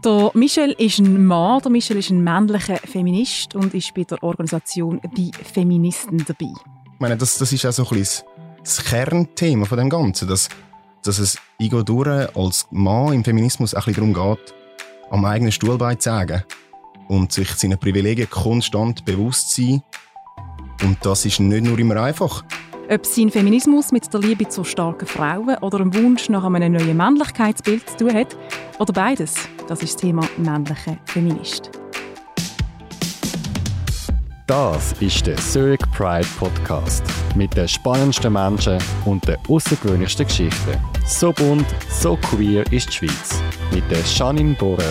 Der Michel ist ein Mann, der Michel ist ein männlicher Feminist und ist bei der Organisation «Die Feministen» dabei. Ich meine, das ist auch so ein bisschen das Kernthema von dem Ganzen, dass es Igo Dure als Mann im Feminismus auch ein bisschen darum geht, am eigenen Stuhlbein zu sägen und sich seinen Privilegien konstant bewusst zu sein. Und das ist nicht nur immer einfach. Ob sein Feminismus mit der Liebe zu starken Frauen oder dem Wunsch nach einem neuen Männlichkeitsbild zu tun hat, oder beides, das ist das Thema «männlicher Feminist». Das ist der Zurich Pride Podcast mit den spannendsten Menschen und den außergewöhnlichsten Geschichten. So bunt, so queer ist die Schweiz. Mit der Janine Bohrer.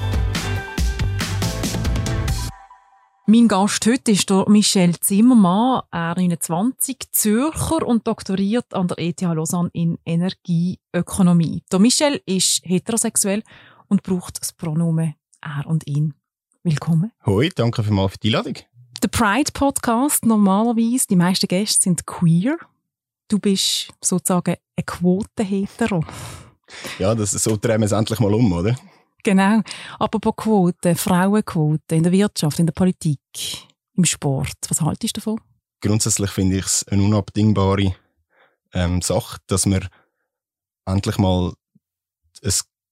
Mein Gast heute ist der Michel Zimmermann, er 29, Zürcher und doktoriert an der ETH Lausanne in Energieökonomie. Der Michel ist heterosexuell und braucht das Pronomen er und ihn. Willkommen. Hoi, danke vielmals für die Einladung. Der Pride-Podcast, normalerweise, die meisten Gäste sind queer. Du bist sozusagen eine Quote-Hetero. Ja, so drehen wir es endlich mal um, oder? Genau. Apropos Quoten, Frauenquoten in der Wirtschaft, in der Politik, im Sport. Was haltest du davon? Grundsätzlich finde ich es eine unabdingbare Sache, dass wir endlich mal eine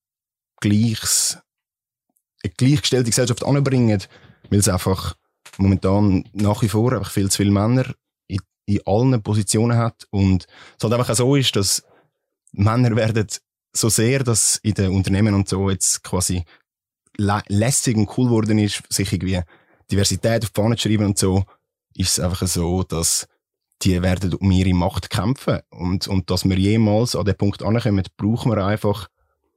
gleichgestellte Gesellschaft anbringen, weil es einfach momentan nach wie vor einfach viel zu viele Männer in allen Positionen hat und es halt einfach auch so ist, dass Männer werden so sehr, dass in den Unternehmen und so jetzt quasi lässig und cool geworden ist, sich irgendwie Diversität auf die Fahne zu schreiben und so, ist es einfach so, dass die werden um ihre Macht kämpfen und dass wir jemals an den Punkt ankommen, brauchen wir einfach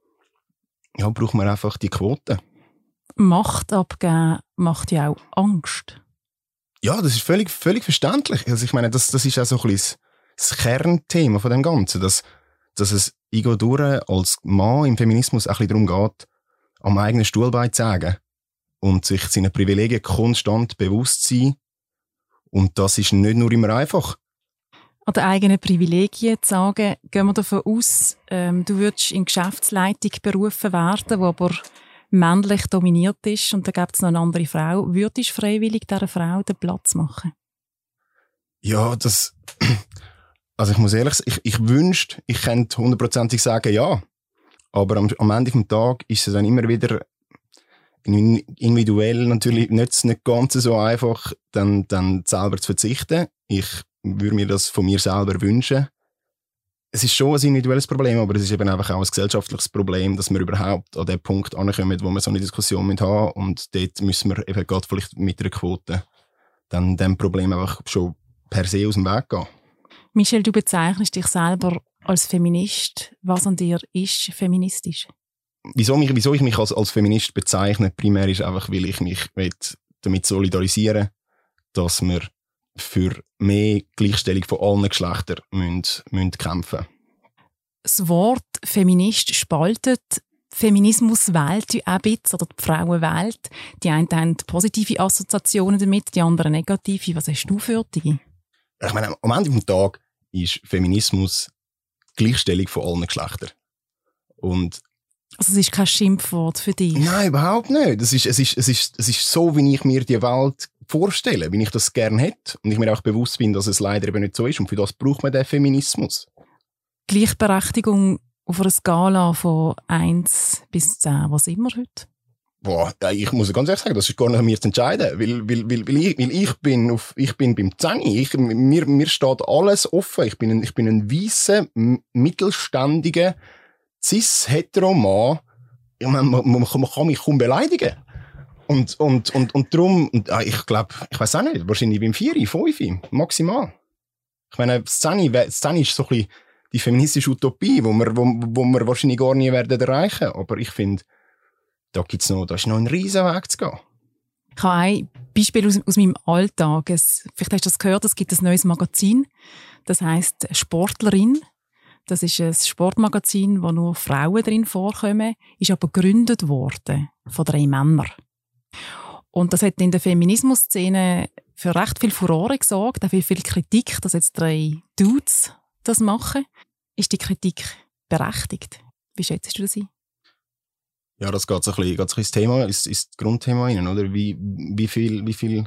die Quote. Macht abgeben macht ja auch Angst. Ja, das ist völlig verständlich. Also ich meine, das ist auch so ein bisschen das Kernthema von dem Ganzen, dass es Igo Dure als Mann im Feminismus auch ein bisschen darum geht, am eigenen Stuhlbein zu sägen und sich seinen Privilegien konstant bewusst zu sein. Und das ist nicht nur immer einfach. An den eigenen Privilegien zu sagen, gehen wir davon aus, du würdest in Geschäftsleitung berufen werden, die aber männlich dominiert ist und da gibt es noch eine andere Frau. Würdest du freiwillig dieser Frau den Platz machen? Ja, also ich muss ehrlich sagen, ich wünschte, ich könnte 100%ig sagen, ja. Aber am Ende des Tages ist es dann immer wieder individuell natürlich nicht ganz so einfach, dann selber zu verzichten. Ich würde mir das von mir selber wünschen. Es ist schon ein individuelles Problem, aber es ist eben einfach auch ein gesellschaftliches Problem, dass wir überhaupt an den Punkt ankommen, wo wir so eine Diskussion mit haben. Und dort müssen wir eben gerade vielleicht mit einer Quote dann dem Problem einfach schon per se aus dem Weg gehen. Michel, du bezeichnest dich selber als Feminist. Was an dir ist feministisch? Wieso ich mich als Feminist bezeichne, primär ist einfach, weil ich mich damit solidarisieren, dass wir für mehr Gleichstellung von allen Geschlechtern müssen kämpfen. Das Wort Feminist spaltet. Feminismus wählt ja auch ein bisschen, oder die Frauenwelt. Die einen haben positive Assoziationen damit, die anderen negative. Was hast du für die? Ich meine, am Ende des Tages ist Feminismus Gleichstellung von allen Geschlechtern. Und also es ist kein Schimpfwort für dich? Nein, überhaupt nicht. Es ist so, wie ich mir die Welt vorstelle, wie ich das gerne hätte. Und ich mir auch bewusst bin, dass es leider eben nicht so ist. Und für das braucht man den Feminismus. Gleichberechtigung auf einer Skala von 1 bis 10. Was sind wir heute? Boah, ich muss ganz ehrlich sagen, das ist gar nicht an mir zu entscheiden. Weil ich bin beim 10. Mir steht alles offen. Ich bin ein weisser, mittelständiger, cis-hetero-Mann. Ich meine, man kann mich kaum beleidigen. Und darum, ich glaube, ich weiss auch nicht, wahrscheinlich beim 4, 5 maximal. Ich meine, das 10 ist so ein bisschen die feministische Utopie, wo wir wahrscheinlich gar nie werden erreichen. Aber ich finde, da ist noch ein riesen Weg zu gehen. Ich habe ein Beispiel aus meinem Alltag. Vielleicht hast du das gehört, es gibt ein neues Magazin. Das heisst «Sportlerin». Das ist ein Sportmagazin, wo nur Frauen drin vorkommen, ist aber gegründet worden von 3 Männern. Und das hat in der Feminismus-Szene für recht viel Furore gesorgt, auch für viel Kritik, dass jetzt 3 Dudes das machen. Ist die Kritik berechtigt? Wie schätzt du das ein? Ja, das geht so ein bisschen ins Thema, ins Grundthema rein, oder? Wie viel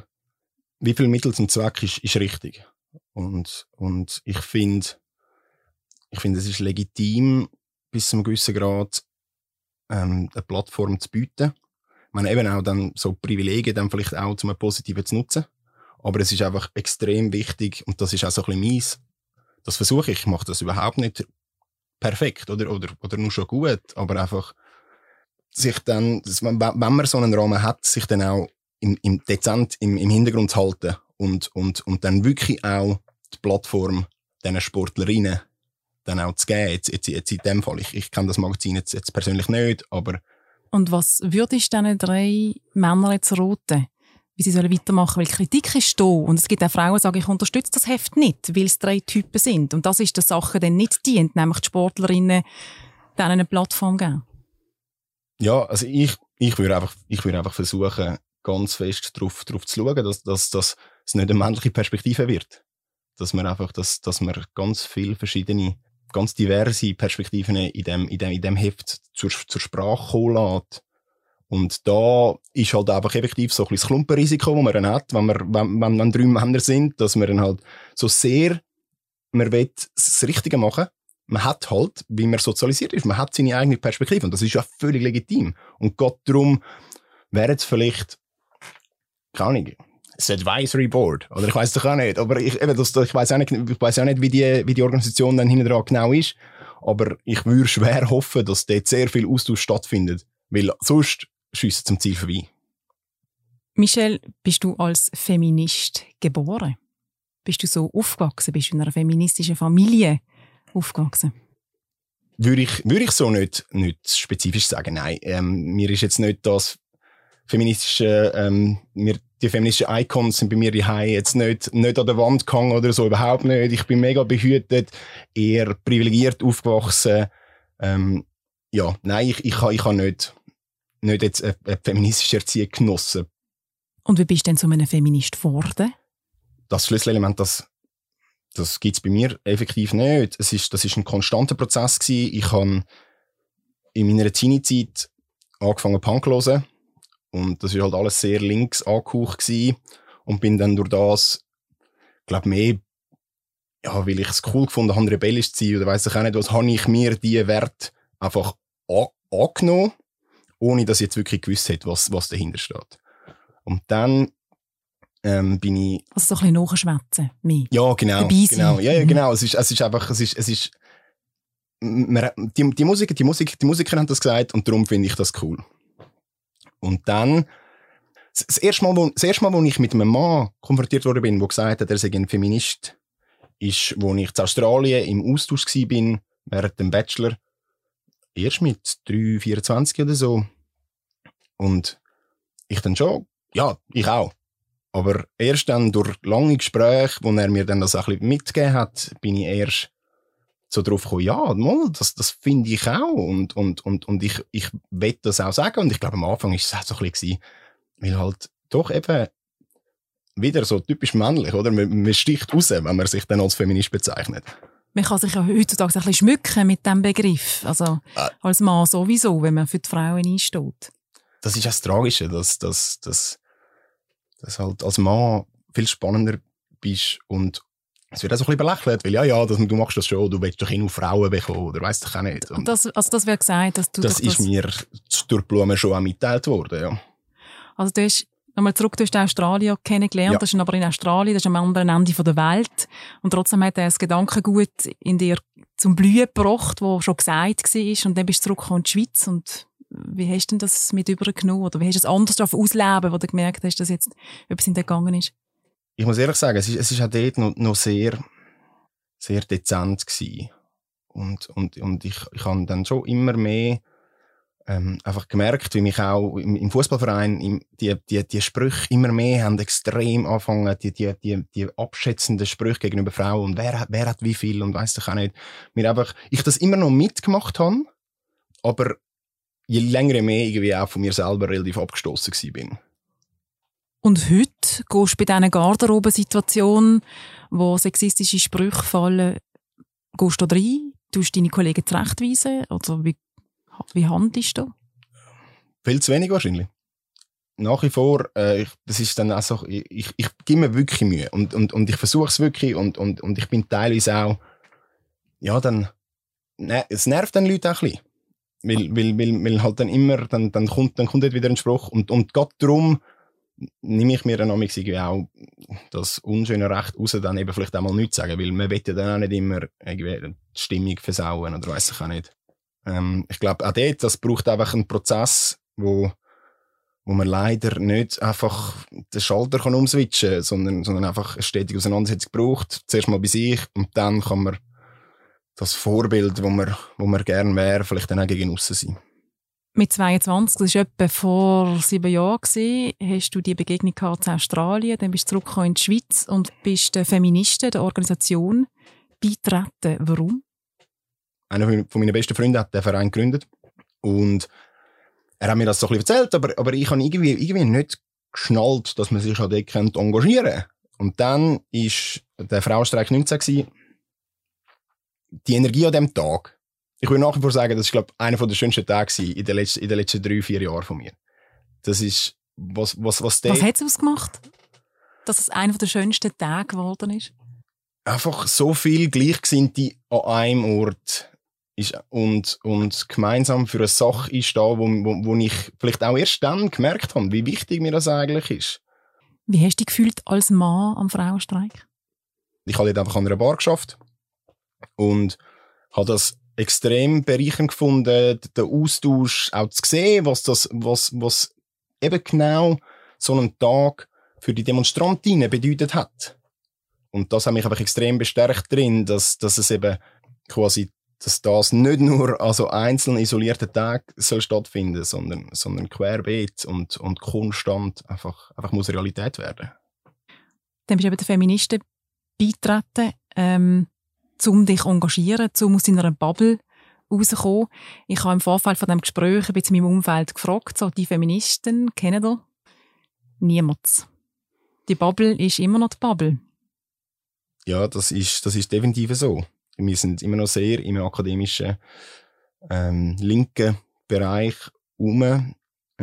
Mittel zum Zweck ist richtig. Und ich finde, es ist legitim, bis zu einem gewissen Grad, eine Plattform zu bieten. Ich meine, eben auch dann so Privilegien dann vielleicht auch zum Positiven zu nutzen. Aber es ist einfach extrem wichtig, und das ist auch so ein bisschen meins, das versuche ich mache das überhaupt nicht perfekt oder nur schon gut, aber einfach sich dann, wenn man so einen Rahmen hat, sich dann auch dezent im Hintergrund zu halten und dann wirklich auch die Plattform diesen Sportlerinnen dann auch zu geben. Jetzt in dem Fall. Ich kenne das Magazin jetzt persönlich nicht, aber... Und was würdest du diesen 3 Männern jetzt raten, wie sie weitermachen sollen? Weil Kritik ist da und es gibt auch Frauen, die sagen, ich unterstütze das Heft nicht, weil es 3 Typen sind. Und das ist der Sache dann nicht dient, nämlich die Sportlerinnen denen eine Plattform geben. Ja, also ich würde einfach versuchen, ganz fest darauf zu schauen, dass es nicht eine männliche Perspektive wird. Dass man einfach, dass man ganz viele verschiedene, ganz diverse Perspektiven in dem Heft zur Sprache kommen lässt. Und da ist halt einfach effektiv so ein bisschen das Klumpenrisiko, das man dann hat, wenn 3 Männer sind, dass man dann halt so sehr, man will das Richtige machen. Man hat halt, wie man sozialisiert ist, man hat seine eigene Perspektive. Und das ist ja völlig legitim. Und Gott darum wäre jetzt vielleicht, keine Ahnung, das Advisory Board. Oder ich weiss doch auch nicht. Aber ich weiss auch nicht, wie die Organisation dann hinten dran genau ist. Aber ich würde schwer hoffen, dass dort sehr viel Austausch stattfindet. Weil sonst schiessen zum Ziel vorbei. Michelle, bist du als Feminist geboren? Bist du so aufgewachsen? Bist du in einer feministischen Familie aufgewachsen? Würde ich so nicht spezifisch sagen. Nein, mir ist jetzt nicht das feministische, die feministischen Icons sind bei mir daheim jetzt nicht an der Wand gehangen oder so, überhaupt nicht. Ich bin mega behütet, eher privilegiert aufgewachsen. Ja, nein, ich habe nicht jetzt eine feministische Erziehung genossen. Und wie bist du denn zu einem Feminist geworden? Das Schlüsselelement, das gibt es bei mir effektiv nicht. Das ist ein konstanter Prozess gewesen. Ich habe in meiner Teenie-Zeit angefangen Punk zu hören. Und das war halt alles sehr links angehaucht gewesen. Und bin dann durch das, glaube mehr, ja, weil ich es cool gefunden habe, rebellisch zu sein, oder weiss ich auch nicht was, habe ich mir diese Werte einfach angenommen, ohne dass ich jetzt wirklich gewusst hätte, was dahinter steht. Und dann bin ich... Also so ein bisschen nachschwätzen, mehr. Ja, genau. Ja, genau. Es ist einfach, die Musiker haben das gesagt und darum finde ich das cool. Und dann, das erste Mal, wo ich mit einem Mann konfrontiert worden bin, der gesagt hat, er sei ein Feminist, ist, wo ich in Australien im Austausch war, während dem Bachelor, erst mit 24 oder so. Und ich dann schon, ja, ich auch. Aber erst dann durch lange Gespräche, wo er mir dann das auch ein bisschen mitgegeben hat, bin ich erst so drauf gekommen, ja, mal, das finde ich auch. Und ich will das auch sagen. Und ich glaube, am Anfang war es auch so ein bisschen, weil halt doch eben wieder so typisch männlich, oder? Man sticht raus, wenn man sich dann als Feminist bezeichnet. Man kann sich ja heutzutage ein bisschen schmücken mit diesem Begriff. Also als Mann sowieso, wenn man für die Frauen einsteht. Das ist ja das Tragische, dass halt als Mann viel spannender bist und es wird auch so ein bisschen belächelt, weil du machst das schon, du willst doch nur Frauen bekommen, oder weiss doch auch nicht. Und das wird gesagt, dass du das ist mir durch Blumen schon auch mitgeteilt worden, ja. Also du hast, nochmal zurück, du hast Australien kennengelernt, ja. Das ist aber in Australien, das ist am anderen Ende der Welt und trotzdem hat er das Gedankengut in dir zum Blühen gebracht, das schon gesagt war und dann bist du zurückgekommen in die Schweiz und wie hast du denn das mit übergenommen oder wie hast du es anders ausleben, wo du gemerkt hast, dass jetzt etwas in dir gegangen ist? Ich muss ehrlich sagen, es ist auch dort noch sehr, sehr dezent gewesen. Und ich habe dann schon immer mehr einfach gemerkt, wie mich auch im Fußballverein die Sprüche immer mehr haben extrem angefangen, die abschätzenden Sprüche gegenüber Frauen und wer hat wie viel und weiss doch auch nicht. Ich das immer noch mitgemacht habe, aber je länger je mehr irgendwie auch von mir selber relativ abgestossen gewesen bin. Und heute gehst du bei diesen Garderobensituationen, wo sexistische Sprüche fallen, gehst du da rein, tust deine Kollegen zurechtweisen? Oder wie handelst du? Viel zu wenig wahrscheinlich. Nach wie vor, das ist dann auch so, ich gebe mir wirklich Mühe und ich versuche es wirklich und ich bin teilweise auch, ja, dann, es nervt den Leuten auch ein bisschen. Weil halt dann immer, dann kommt dort wieder ein Spruch und gerade darum nehme ich mir dann auch das unschöne Recht raus, dann eben vielleicht auch mal nichts sagen, weil man will ja dann auch nicht immer irgendwie die Stimmung versauen oder weiss ich auch nicht. Ich glaube, auch dort, das braucht einfach einen Prozess, wo man leider nicht einfach den Schalter kann umswitchen kann, sondern einfach eine stetige Auseinandersetzung braucht. Zuerst mal bei sich und dann kann man das Vorbild, wo man gerne wäre, vielleicht dann auch gegen aussen sein. Mit 22, das war etwa vor 7 Jahren, hast du die Begegnung gehabt in Australien, dann bist du zurückgekommen in die Schweiz und bist der Feministen, der Organisation, beitreten. Warum? Einer von meinen besten Freunden hat den Verein gegründet und er hat mir das so ein bisschen erzählt, aber ich habe irgendwie nicht geschnallt, dass man sich an dort engagieren kann. Und dann war der Frauenstreik 19 gewesen. Die Energie an diesem Tag, ich würde nach wie vor sagen, das war, glaube ich, einer der schönsten Tage in den letzten 3-4 Jahren von mir. Das ist, was hat es ausgemacht, dass es einer der schönsten Tage geworden ist? Einfach so viel Gleichgesinnte an einem Ort ist und gemeinsam für eine Sache ist da, wo ich vielleicht auch erst dann gemerkt habe, wie wichtig mir das eigentlich ist. Wie hast du dich gefühlt als Mann am Frauenstreik? Ich habe dort einfach an einer Bar gearbeitet und habe das extrem bereichernd gefunden, den Austausch, auch zu sehen, was eben genau so ein Tag für die Demonstrantinnen bedeutet hat. Und das hat mich einfach extrem bestärkt drin, dass es eben quasi, dass das nicht nur an so einzelnen isolierten Tagen soll stattfinden, sondern querbeet und konstant einfach muss Realität werden. Dann bist du eben der Feministen beitreten, um dich zu engagieren, um aus deiner Bubble rauszukommen. Ich habe im Vorfeld von diesem Gespräch ein bisschen in meinem Umfeld gefragt, so, die Feministen, kennen ihr? Niemand. Die Bubble ist immer noch die Bubble. Ja, das ist definitiv so. Wir sind immer noch sehr im akademischen linken Bereich rum.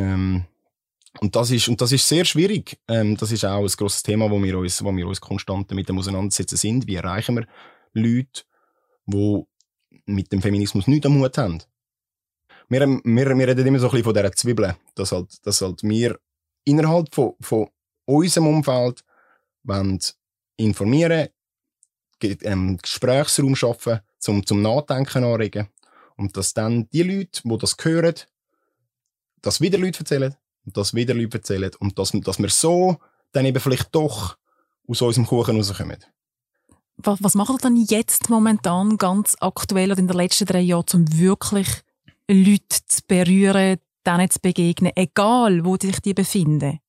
Und das ist sehr schwierig. Das ist auch ein grosses Thema, wo wir uns konstant mit dem auseinandersetzen sind. Wie erreichen wir Leute, die mit dem Feminismus nichts am Hut haben? Wir reden immer so ein bisschen von dieser Zwiebel, dass halt wir innerhalb von unserem Umfeld informieren, Gesprächsraum schaffen, zum Nachdenken anregen und dass dann die Leute, die das hören, das wieder Leute erzählen und das wieder Leute erzählen und dass wir so dann eben vielleicht doch aus unserem Kuchen rauskommen. Was macht ihr dann jetzt momentan ganz aktuell oder in den letzten 3 Jahren, um wirklich Leute zu berühren, denen zu begegnen, egal wo sich die befinden?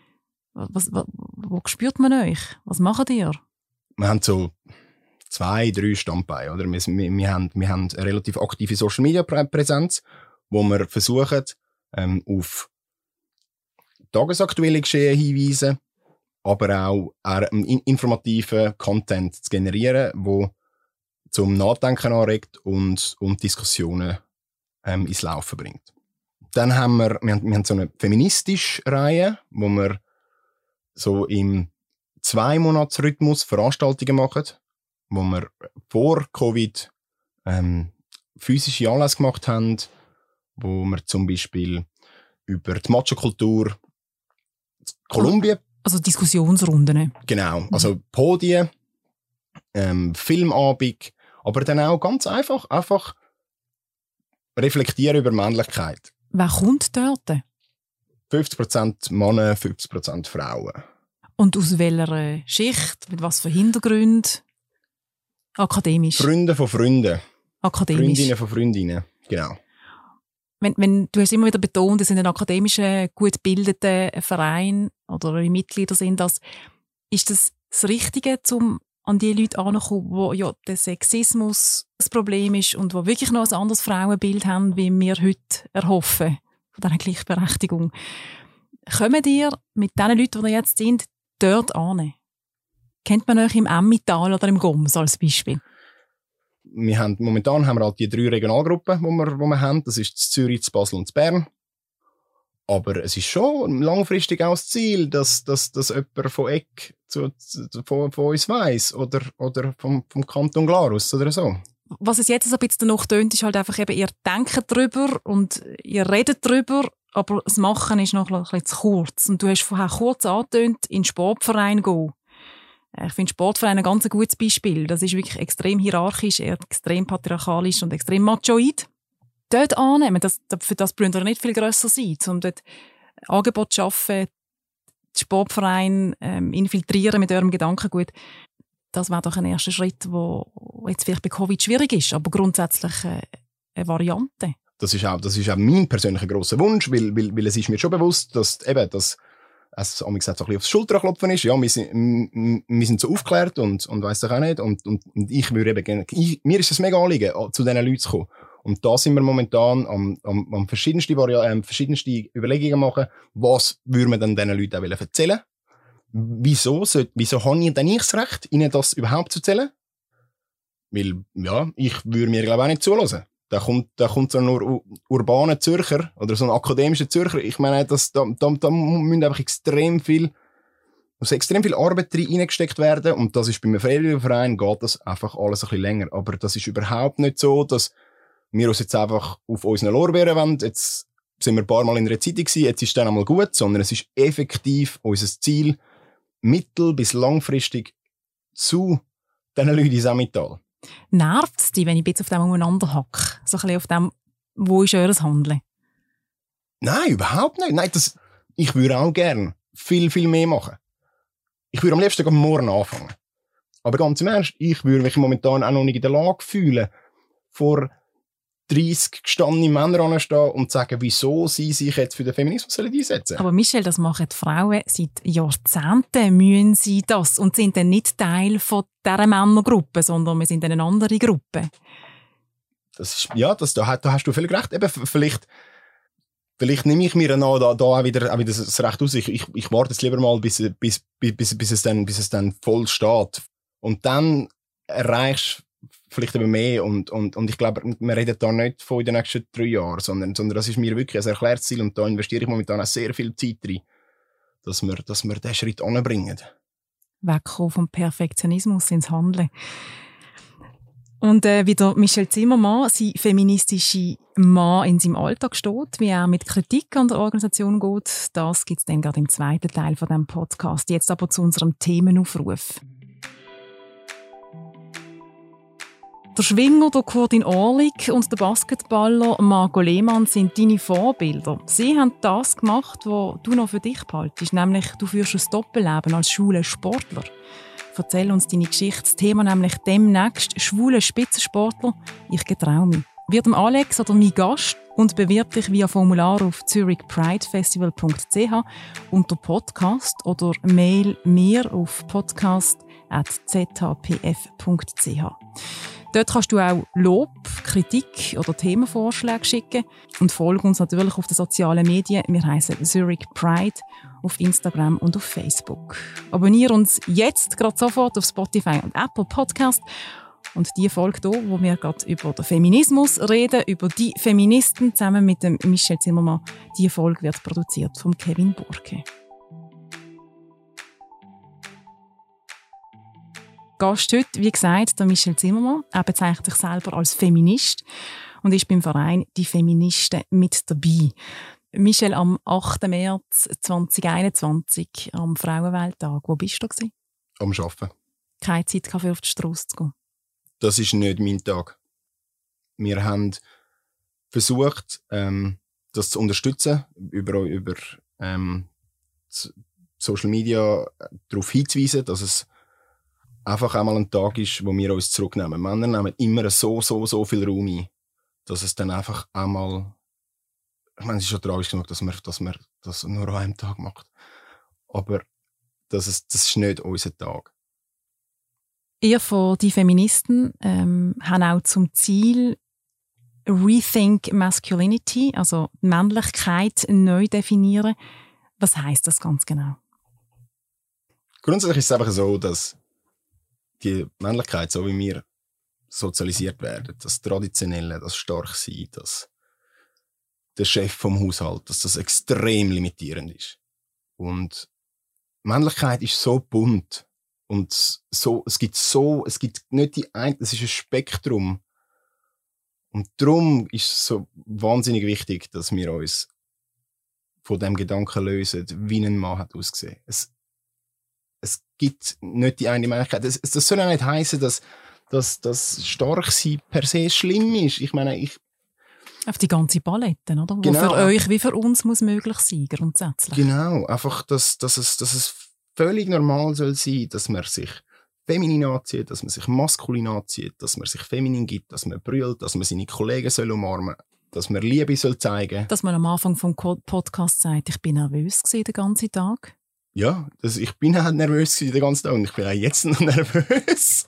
Wo spürt man euch? Was macht ihr? Wir haben so 2-3 Standbeine. Oder? Wir haben eine relativ aktive Social-Media-Präsenz, wo wir versuchen, auf tagesaktuelle Geschehen hinweisen, aber auch informativen Content zu generieren, der zum Nachdenken anregt und Diskussionen ins Laufen bringt. Dann haben wir haben so eine feministische Reihe, wo wir so im 2-Monats-Rhythmus Veranstaltungen machen, wo wir vor Covid physische Anlässe gemacht haben, wo wir zum Beispiel über die Macho-Kultur Kolumbien. Also Diskussionsrunden. Genau, also Podien, Filmabend, aber dann auch ganz einfach reflektieren über Männlichkeit. Wer kommt dort? 50% Männer, 50% Frauen. Und aus welcher Schicht? Mit was für Hintergründen? Akademisch? Freunde von Freunden. Akademisch. Freundinnen von Freundinnen, genau. Wenn du hast immer wieder betont, das sind ein akademischer, gut gebildeten Verein oder eure Mitglieder sind das. Ist das Richtige, um an die Leute heranzukommen, wo ja der Sexismus das Problem ist und wo wirklich noch ein anderes Frauenbild haben, wie wir heute erhoffen, von dieser Gleichberechtigung? Kommen ihr mit den Leuten, die ihr jetzt sind, dort an? Kennt man euch im Emmental oder im Goms als Beispiel? Momentan haben wir halt die 3 Regionalgruppen, die wir haben. Das ist Zürich, Basel und Bern. Aber es ist schon langfristig auch das Ziel, dass jemand von Eck von uns weiss oder vom Kanton Glarus oder so. Was es jetzt so ein bisschen danach tönt, ist halt einfach eben, ihr denkt drüber und ihr redet drüber, aber das Machen ist noch ein bisschen zu kurz. Und du hast vorher kurz angetönt, in den Sportverein gehen. Ich finde Sportverein ein ganz gutes Beispiel. Das ist wirklich extrem hierarchisch, extrem patriarchalisch und extrem machoid. Dort annehmen, für das braucht ihr nicht viel grösser sein, um dort Angebote zu schaffen, den Sportverein infiltrieren mit eurem Gedankengut. Das wäre doch ein erster Schritt, der jetzt vielleicht bei Covid schwierig ist, aber grundsätzlich eine Variante. Das ist auch mein persönlicher grosser Wunsch, weil es ist mir schon bewusst, dass es amigs so ein bisschen aufs Schulterklopfen ist. Ja, wir sind so aufgeklärt und weiss doch auch nicht. Und ich würde eben gerne, mir ist es mega Anliegen, zu diesen Leuten zu kommen. Und da sind wir momentan am verschiedenste Überlegungen machen, was würde man dann diesen Leuten auch erzählen. Wieso habe ich denn nicht das Recht, ihnen das überhaupt zu erzählen? Weil, ja, ich würde mir, glaube ich, auch nicht zuhören. Da kommt so ein urbaner Zürcher oder so ein akademischer Zürcher. Ich meine, da müssen einfach extrem viel Arbeit reingesteckt werden. Und das ist bei einem Freiwilligenverein geht das einfach alles ein bisschen länger. Aber das ist überhaupt nicht so, dass wir uns jetzt einfach auf unseren Lorbeeren wollen. Jetzt sind wir ein paar Mal in der Zeitung gewesen, jetzt ist dann einmal gut, sondern es ist effektiv unser Ziel, mittel- bis langfristig zu diesen Leuten ins Emmental. Nervt es dich, wenn ich jetzt auf dem umeinander hacke? So ein bisschen auf dem, wo ist eures Handeln? Nein, überhaupt nicht. Nein, ich würde auch gerne viel, viel mehr machen. Ich würde am liebsten morgen anfangen. Aber ganz im Ernst, ich würde mich momentan auch noch nicht in der Lage fühlen, vor 30 gestandene Männer anstehen und sagen, wieso sie sich jetzt für den Feminismus einsetzen sollen. Aber Michel, das machen die Frauen seit Jahrzehnten, müssen sie das und sind dann nicht Teil von dieser Männergruppe, sondern wir sind eine andere Gruppe. Da hast du völlig recht. Eben, vielleicht nehme ich mir da auch wieder das Recht aus. Ich warte jetzt lieber mal, bis es dann voll steht. Und dann erreichst du vielleicht eben mehr und ich glaube, wir reden da nicht von den nächsten 3 Jahren, sondern das ist mir wirklich ein erklärtes Ziel und da investiere ich momentan auch sehr viel Zeit rein, dass wir diesen Schritt anbringen. Wegkommen vom Perfektionismus ins Handeln. Und wie der Michel Zimmermann, sein feministischer Mann in seinem Alltag steht, wie er mit Kritik an der Organisation geht, das gibt es dann gerade im zweiten Teil von diesem Podcast. Jetzt aber zu unserem Themenaufruf. Der Schwinger, der Kurdin Orlik und der Basketballer Marco Lehmann sind deine Vorbilder. Sie haben das gemacht, was du noch für dich behaltest, nämlich du führst ein Doppelleben als schwuler Sportler. Erzähl uns deine Geschichte. Das Thema nämlich demnächst schwule Spitzensportler. Ich getraue mich. Wird Alex oder mein Gast und bewirb dich via Formular auf zurichpridefestival.ch unter Podcast oder mail mir auf podcast@zhpf.ch. Dort kannst du auch Lob, Kritik oder Themenvorschläge schicken und folge uns natürlich auf den sozialen Medien. Wir heißen Zurich Pride auf Instagram und auf Facebook. Abonniere uns jetzt gerade sofort auf Spotify und Apple Podcast. Und die Folge hier, wo wir gerade über den Feminismus reden, über die Feministen zusammen mit dem Michel Zimmermann, die Folge wird produziert von Kevin Burke. Gast heute, wie gesagt, der Michel Zimmermann. Er bezeichnet sich selber als Feminist und ist beim Verein «Die Feministen» mit dabei. Michel, am 8. März 2021, am Frauenwelttag, wo bist du gewesen? Am Arbeiten. Keine Zeit für auf die Strasse zu gehen? Das ist nicht mein Tag. Wir haben versucht, das zu unterstützen, über Social Media darauf hinzuweisen, dass es einfach einmal ein Tag ist, wo wir uns zurücknehmen. Männer nehmen immer so viel Raum ein, dass es dann einfach einmal, ich meine, es ist schon tragisch genug, dass man das nur an einem Tag macht. Aber das ist nicht unser Tag. Ihr von «Die Feministen» haben auch zum Ziel Rethink Masculinity, also Männlichkeit neu definieren. Was heisst das ganz genau? Grundsätzlich ist es einfach so, dass die Männlichkeit, so wie wir sozialisiert werden, das Traditionelle, das Starksein, das der Chef vom Haushalt, dass das extrem limitierend ist. Und Männlichkeit ist so bunt und es gibt nicht die eine, es ist ein Spektrum. Und darum ist es so wahnsinnig wichtig, dass wir uns von dem Gedanken lösen, wie ein Mann hat ausgesehen. Es gibt nicht die eine Männlichkeit. Das soll ja nicht heissen, dass stark sein per se schlimm ist. Ich meine, auf die ganze Palette, oder? Genau. Wo für euch wie für uns muss möglich sein, grundsätzlich. Genau, einfach, dass es völlig normal soll sein, dass man sich feminin anzieht, dass man sich maskulin anzieht, dass man sich feminin gibt, dass man brüllt, dass man seine Kollegen soll umarmen, dass man Liebe soll zeigen. Dass man am Anfang vom Podcast sagt, ich bin nervös gewesen den ganzen Tag. Ja, ich bin auch nervös gewesen den ganzen Tag und ich bin auch jetzt noch nervös.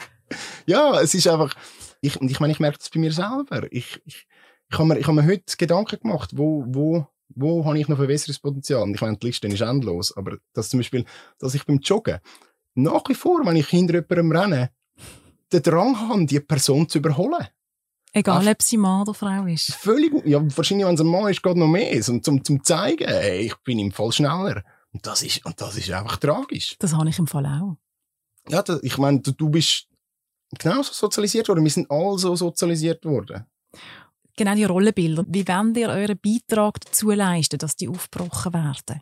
Ja, es ist einfach, ich meine, ich merke das bei mir selber. Ich habe mir heute Gedanken gemacht, wo habe ich noch Verbesserungspotenzial? Und ich meine, die Liste ist endlos, aber dass zum Beispiel, dass ich beim Joggen nach wie vor, wenn ich hinter jemandem renne, den Drang habe, die Person zu überholen. Egal, ob sie Mann oder Frau ist. Völlig, ja, wahrscheinlich, wenn es ein Mann ist, geht noch mehr. Zum zeigen, hey, ich bin im Fall schneller. Und das ist einfach tragisch. Das habe ich im Fall auch. Ja, ich meine, du bist genauso sozialisiert worden. Wir sind alle so sozialisiert worden. Genau, die Rollenbilder. Wie wollt ihr euren Beitrag dazu leisten, dass die aufgebrochen werden?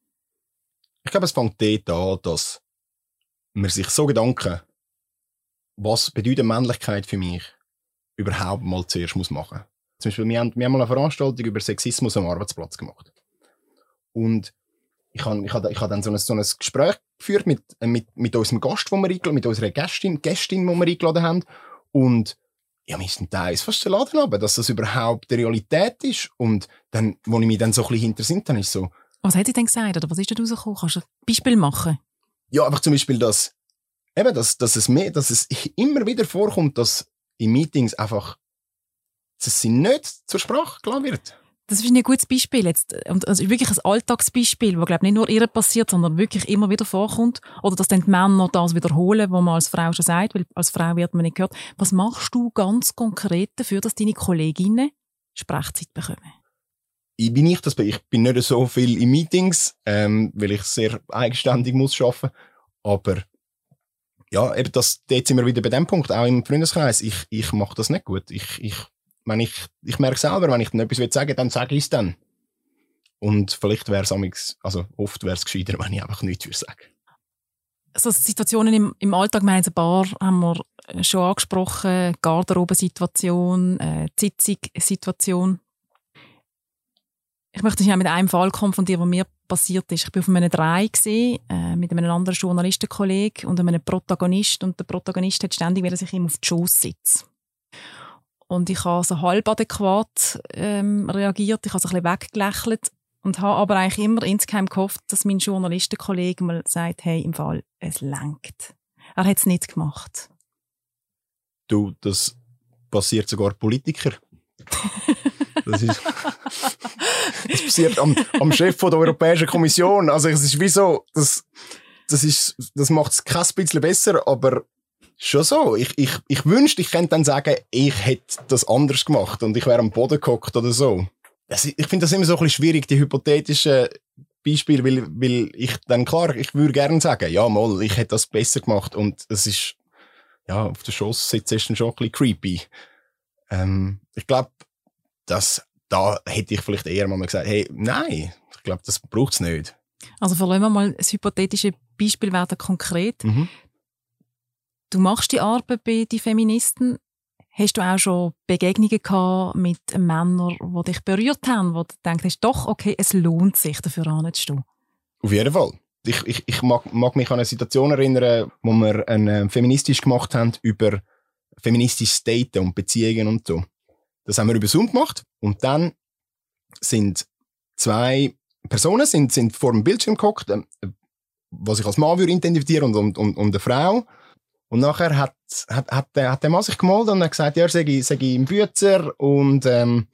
Ich glaube, es fängt dort an, dass man sich so Gedanken, was bedeutet Männlichkeit für mich, überhaupt mal zuerst machen muss. Zum Beispiel, wir haben mal eine Veranstaltung über Sexismus am Arbeitsplatz gemacht. Und ich habe dann so ein Gespräch geführt mit unserem Gast, mit unserer Gästin, die wir eingeladen haben. Und ja, wir sind teils fast den Laden runter, dass das überhaupt die Realität ist. Und dann, als ich mich dann so ein bisschen hintersinnt, dann ist so... Was hat sie denn gesagt? Oder was ist da rausgekommen? Kannst du ein Beispiel machen? Ja, einfach zum Beispiel, dass es immer wieder vorkommt, dass in Meetings einfach, dass sie nicht zur Sprache gelassen wird. Das ist ein gutes Beispiel jetzt. Und also wirklich ein Alltagsbeispiel, das, glaube ich, nicht nur ihr passiert, sondern wirklich immer wieder vorkommt. Oder dass dann die Männer das wiederholen, was man als Frau schon sagt, weil als Frau wird man nicht gehört. Was machst du ganz konkret dafür, dass deine Kolleginnen Sprechzeit bekommen? Ich bin nicht so viel in Meetings, weil ich sehr eigenständig muss arbeiten. Aber ja, eben dort sind wir wieder bei dem Punkt, auch im Freundeskreis. Ich mache das nicht gut. Ich merke selber, wenn ich dann etwas sagen will, dann sage ich es dann. Und vielleicht wäre es oft wäre es gescheiter, wenn ich einfach nichts sagen würde. Also Situationen im Alltag, wir haben ein paar haben wir schon angesprochen, Garderobensituation, Sitzungssituation. Ich möchte dich mit einem Fall konfrontieren, der mir passiert ist. Ich war auf einem Dreh mit einem anderen Journalistenkollegen und einem Protagonist. Und der Protagonist hat ständig sich ihm auf die Schoss sitzen. Und ich habe so halb adäquat reagiert. Ich habe so ein bisschen weggelächelt und habe aber eigentlich immer insgeheim gehofft, dass mein Journalistenkollege mal sagt, hey, im Fall, es lenkt. Er hat es nicht gemacht. Du, das passiert sogar Politikern. Das passiert am Chef der Europäischen Kommission. Also es ist wie so, das macht es kein bisschen besser, aber schon so. Ich wünschte, ich könnte dann sagen, ich hätte das anders gemacht und ich wäre am Boden gehockt oder so. Ich finde das immer so ein bisschen schwierig, die hypothetischen Beispiele, weil ich dann klar, ich würde gerne sagen, ja mal, ich hätte das besser gemacht und es ist, ja, auf der Schoss sitzt ist dann schon ein bisschen creepy. Ich glaube, da hätte ich vielleicht eher mal gesagt, hey, nein, ich glaube, das braucht es nicht. Also verlassen wir mal das hypothetische Beispiel werden konkret. Mhm. Du machst die Arbeit bei den Feministen. Hast du auch schon Begegnungen gehabt mit Männern, die dich berührt haben, wo du denkst, doch, okay, es lohnt sich, dafür anzustehen? Auf jeden Fall. Ich mag mich an eine Situation erinnern, wo wir feministisch gemacht haben über feministisches Daten und Beziehungen und so. Das haben wir über Zoom gemacht und dann sind zwei Personen sind vor dem Bildschirm gehockt, was ich als Mann würde identifizieren und eine Frau. Und nachher hat der Mann sich gemeldet und hat gesagt, ja, er sei im Büzer und sei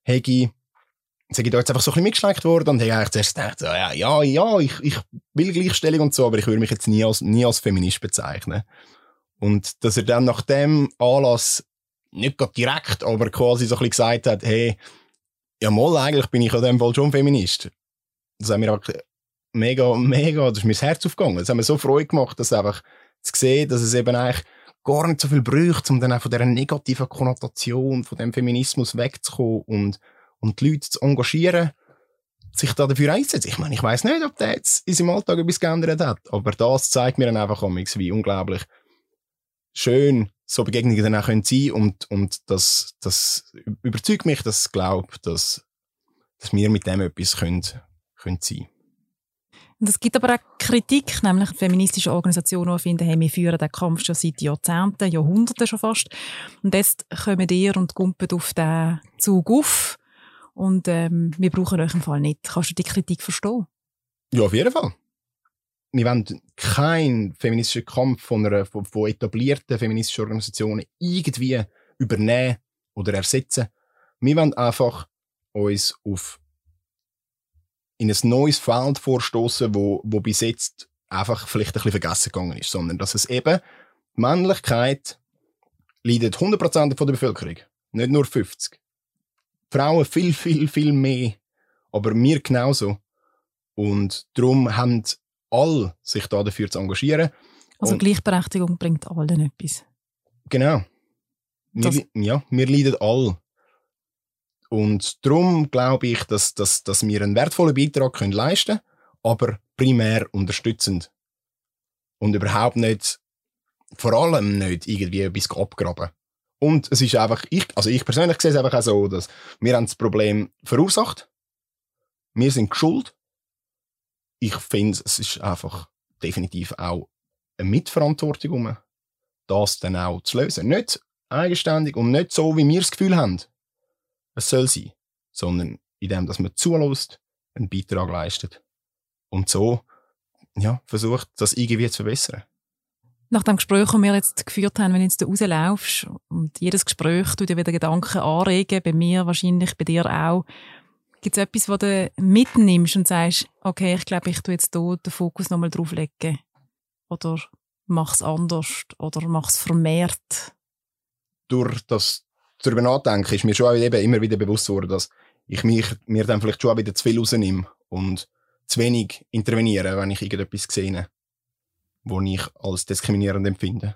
da jetzt einfach so ein bisschen mitgeschleckt worden und habe eigentlich zuerst gedacht, ja, ich will Gleichstellung und so, aber ich würde mich jetzt nie als Feminist bezeichnen. Und dass er dann nach dem Anlass nicht gerade direkt, aber quasi so ein bisschen gesagt hat, hey, Ja, mal, eigentlich bin ich an dem Fall schon Feminist. Das hat mir auch mega, das ist mir das Herz aufgegangen. Das hat mir so Freude gemacht, dass einfach zu sehen, dass es eben eigentlich gar nicht so viel bräuchte, um dann auch von dieser negativen Konnotation, von dem Feminismus wegzukommen und die Leute zu engagieren, sich da dafür einsetzen. Ich meine, ich weiss nicht, ob der jetzt in seinem Alltag etwas geändert hat, aber das zeigt mir dann einfach wie unglaublich schön so Begegnungen dann auch sein können und das überzeugt mich, dass ich glaube, dass wir mit dem etwas können sein. Und es gibt aber auch Kritik, nämlich feministische Organisationen, die finden, hey, wir führen den Kampf schon seit Jahrzehnten, Jahrhunderten schon fast. Und jetzt kommen ihr und gumpen auf den Zug auf. Und wir brauchen euch im Fall nicht. Kannst du die Kritik verstehen? Ja, auf jeden Fall. Wir wollen keinen feministischen Kampf von etablierten feministischen Organisationen irgendwie übernehmen oder ersetzen. Wir wollen einfach uns in ein neues Feld vorstoßen, wo bis jetzt einfach vielleicht ein bisschen vergessen gegangen ist, sondern dass es eben die Männlichkeit leidet 100% von der Bevölkerung, nicht nur 50%. Frauen viel, viel, viel mehr, aber wir genauso. Und darum haben alle sich da dafür zu engagieren. Also Gleichberechtigung bringt allen etwas. Genau. Wir leiden alle. Und darum glaube ich, dass wir einen wertvollen Beitrag leisten können, aber primär unterstützend. Und überhaupt nicht, vor allem nicht irgendwie etwas abgraben. Und es ist einfach, ich persönlich sehe es einfach auch so, dass wir haben das Problem verursacht. Wir sind schuld. Ich finde, es ist einfach definitiv auch eine Mitverantwortung, das dann auch zu lösen. Nicht eigenständig und nicht so, wie wir das Gefühl haben, es soll sein, sondern indem, dass man zulässt, einen Beitrag leistet und so versucht, das irgendwie zu verbessern. Nach dem Gespräch, das wir jetzt geführt haben, wenn du jetzt rauslaufst und jedes Gespräch tut dir wieder Gedanken anregen, bei mir wahrscheinlich, bei dir auch, gibt es etwas, was du mitnimmst und sagst, okay, ich glaube, ich tue jetzt hier den Fokus nochmal drauf legen oder mach es anders oder mach es vermehrt? Durch das darüber nachdenken ist mir schon immer wieder bewusst geworden, dass ich mir dann vielleicht schon wieder zu viel rausnehme und zu wenig interveniere, wenn ich irgendetwas sehe, was ich als diskriminierend empfinde.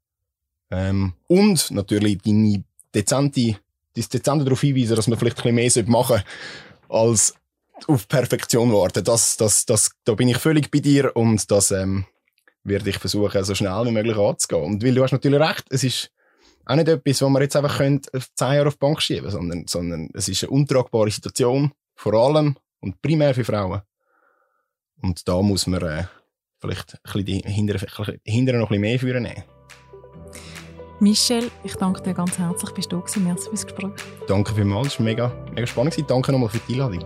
Und natürlich dein dezente darauf hinweisen, dass man vielleicht ein bisschen mehr machen sollte, als auf Perfektion warten. Da bin ich völlig bei dir und das werde ich versuchen, so schnell wie möglich anzugehen. Und weil du hast natürlich recht, es ist auch nicht etwas, was man jetzt einfach 10 Jahre auf die Bank schieben können, sondern es ist eine untragbare Situation, vor allem und primär für Frauen. Und da muss man vielleicht ein bisschen hinterher noch ein bisschen mehr führen nehmen. Michel, ich danke dir ganz herzlich, bist du gewesen. Merci fürs Gespräch. Danke vielmals, es war mega spannend. Danke nochmal für die Einladung.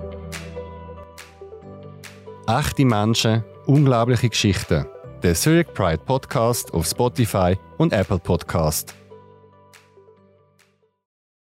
Echte Menschen, unglaubliche Geschichten. Der Zurich Pride Podcast auf Spotify und Apple Podcast.